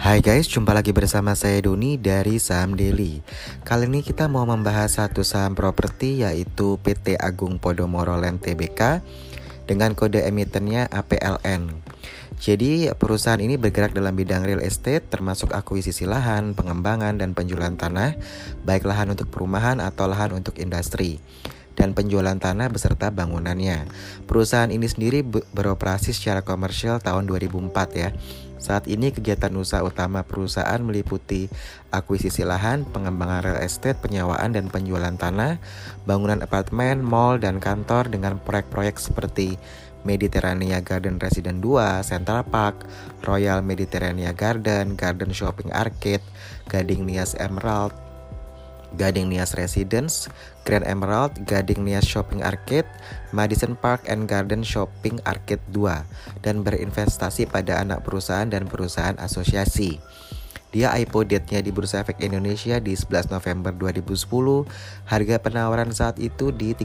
Hai guys, jumpa lagi bersama saya Doni dari Saham Daily. Kali ini kita mau membahas satu saham properti yaitu PT Agung Podomoro Land Tbk dengan kode emitennya APLN. Jadi perusahaan ini bergerak dalam bidang real estate termasuk akuisisi lahan, pengembangan dan penjualan tanah, baik lahan untuk perumahan atau lahan untuk industri dan penjualan tanah beserta bangunannya. Perusahaan ini sendiri beroperasi secara komersial tahun 2004 ya. Saat ini kegiatan usaha utama perusahaan meliputi akuisisi lahan, pengembangan real estate, penyewaan dan penjualan tanah, bangunan apartemen, mall dan kantor dengan proyek-proyek seperti Mediterania Garden Residence 2, Central Park, Royal Mediterania Garden, Garden Shopping Arcade, Gading Nias Emerald, Gading Nias Residence, Grand Emerald, Gading Nias Shopping Arcade, Madison Park and Garden Shopping Arcade 2 dan berinvestasi pada anak perusahaan dan perusahaan asosiasi. Dia IPO date-nya di Bursa Efek Indonesia di 11 November 2010. Harga penawaran saat itu di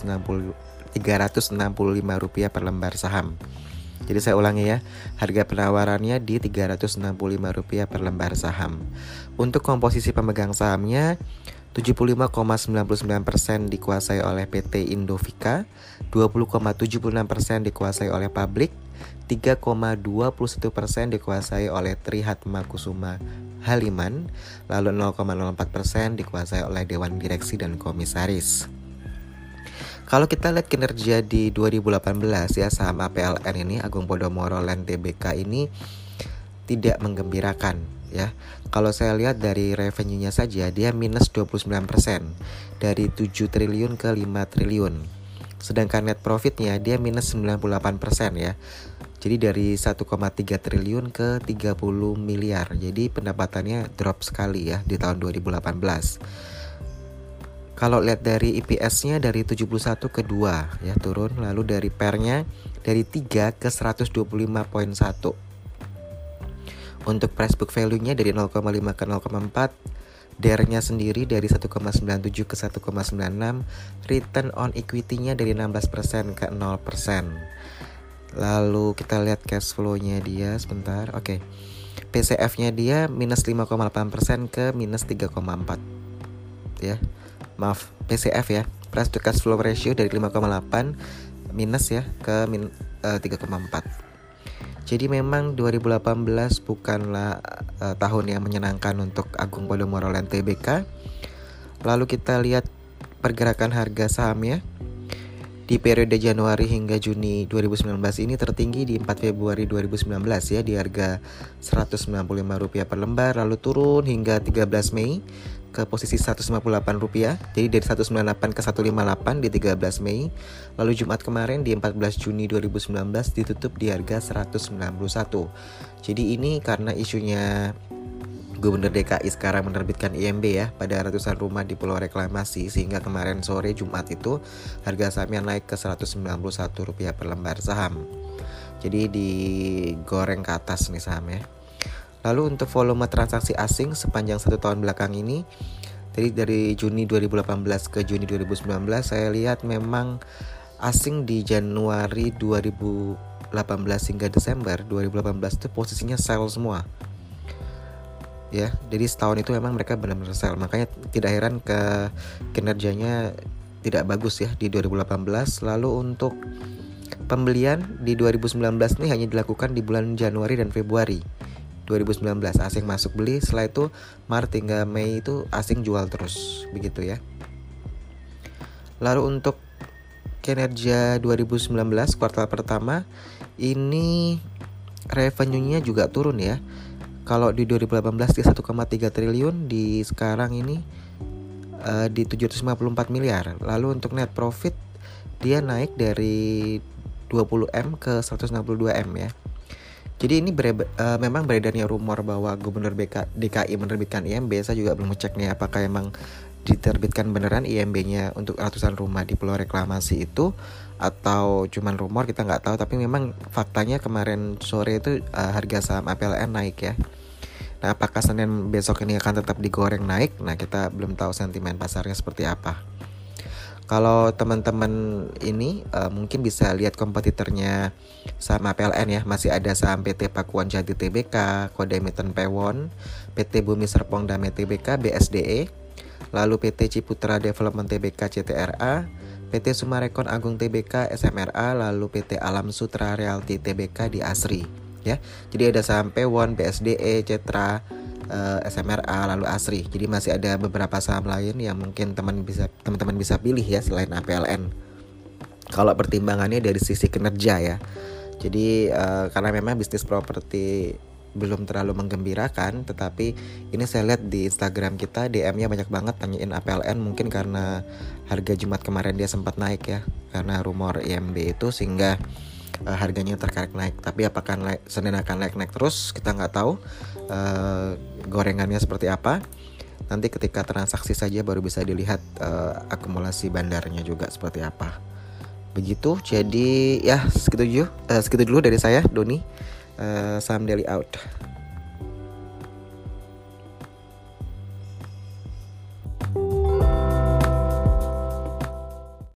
Rp365 per lembar saham. Jadi saya ulangi ya, harga penawarannya di Rp365 per lembar saham. Untuk komposisi pemegang sahamnya, 75,99% dikuasai oleh PT Indovika, 20,76% dikuasai oleh Publik, 3,21% dikuasai oleh Trihatmakusuma Haliman, lalu 0,04% dikuasai oleh Dewan Direksi dan Komisaris. Kalau kita lihat kinerja di 2018 ya, saham APLN ini, Agung Podomoro Land Tbk ini tidak menggembirakan ya. Kalau saya lihat dari revenue-nya saja dia minus 29%, dari 7 triliun ke 5 triliun. Sedangkan net profit-nya dia minus 98% ya. Jadi dari 1,3 triliun ke 30 miliar. Jadi pendapatannya drop sekali ya di tahun 2018. Kalau lihat dari EPS-nya dari 71 ke 2 ya, turun. Lalu dari PER-nya dari 3 ke 125,1. Untuk price book value-nya dari 0,5 ke 0,4. DER-nya sendiri dari 1,97 ke 1,96. Return on equity-nya dari 16% ke 0%. Lalu kita lihat cash flow-nya dia sebentar. Oke. PCF-nya dia minus 5,8% ke minus 3,4 ya. Maaf, PCF ya, price to cash flow ratio dari 5,8 minus ya ke 3,4. Jadi memang 2018 bukanlah tahun yang menyenangkan untuk Agung Podomoro Land Tbk. Lalu kita lihat pergerakan harga sahamnya. Di periode Januari hingga Juni 2019 ini tertinggi di 4 Februari 2019 ya, di harga Rp195 per lembar, lalu turun hingga 13 Mei ke posisi Rp158. Jadi dari 198 ke 158 di 13 Mei. Lalu Jumat kemarin di 14 Juni 2019 ditutup di harga 191. Jadi ini karena isunya Gubernur DKI sekarang menerbitkan IMB ya pada ratusan rumah di Pulau Reklamasi, sehingga kemarin sore Jumat itu harga sahamnya naik ke Rp191 per lembar saham. Jadi digoreng ke atas nih sahamnya. Lalu untuk volume transaksi asing sepanjang 1 tahun belakang ini, jadi dari Juni 2018 ke Juni 2019 saya lihat memang asing di Januari 2018 hingga Desember 2018 itu posisinya sell semua. Ya, jadi setahun itu memang mereka benar-benar sell. Makanya tidak heran ke kinerjanya tidak bagus ya di 2018. Lalu untuk pembelian di 2019 ini hanya dilakukan di bulan Januari dan Februari 2019. Asing masuk beli, setelah itu Maret hingga Mei itu asing jual terus, begitu ya. Lalu untuk kinerja 2019 kuartal pertama ini revenue-nya juga turun ya. Kalau di 2018 di 1,3 triliun, di sekarang ini di 754 miliar. Lalu untuk net profit dia naik dari 20M ke 162M ya. Jadi ini memang beredarnya rumor bahwa Gubernur DKI menerbitkan IMB. Saya juga belum ngecek nih apakah emang diterbitkan beneran IMB-nya untuk ratusan rumah di Pulau Reklamasi itu atau cuman rumor, kita nggak tahu. Tapi memang faktanya kemarin sore itu harga saham APLN naik ya. Nah, apakah Senin besok ini akan tetap digoreng naik? Nah, kita belum tahu sentimen pasarnya seperti apa. Kalau teman-teman ini mungkin bisa lihat kompetitornya saham APLN ya. Masih ada saham PT Pakuan Jati Tbk, kode emiten Pewon, PT Bumi Serpong Damai Tbk, BSDE, lalu PT Ciputra Development Tbk, CTRA, PT Sumarekon Agung Tbk, SMRA, lalu PT Alam Sutra Realty Tbk di ASRI ya. Jadi ada saham Pewon, BSDE, Cetra, SMRA, lalu ASRI. Jadi masih ada beberapa saham lain yang mungkin teman-teman bisa pilih ya selain APLN. Kalau pertimbangannya dari sisi kinerja ya. Jadi karena memang bisnis properti belum terlalu menggembirakan, tetapi ini saya lihat di Instagram kita DM-nya banyak banget tanyain APLN, mungkin karena harga Jumat kemarin dia sempat naik ya, karena rumor IMB itu sehingga harganya terkarek naik. Tapi apakah Senin akan naik terus, kita nggak tahu. Gorengannya seperti apa, nanti ketika transaksi saja baru bisa dilihat akumulasi bandarnya juga seperti apa. Begitu. Jadi ya segitu dulu dari saya, Doni. Saham Daily out.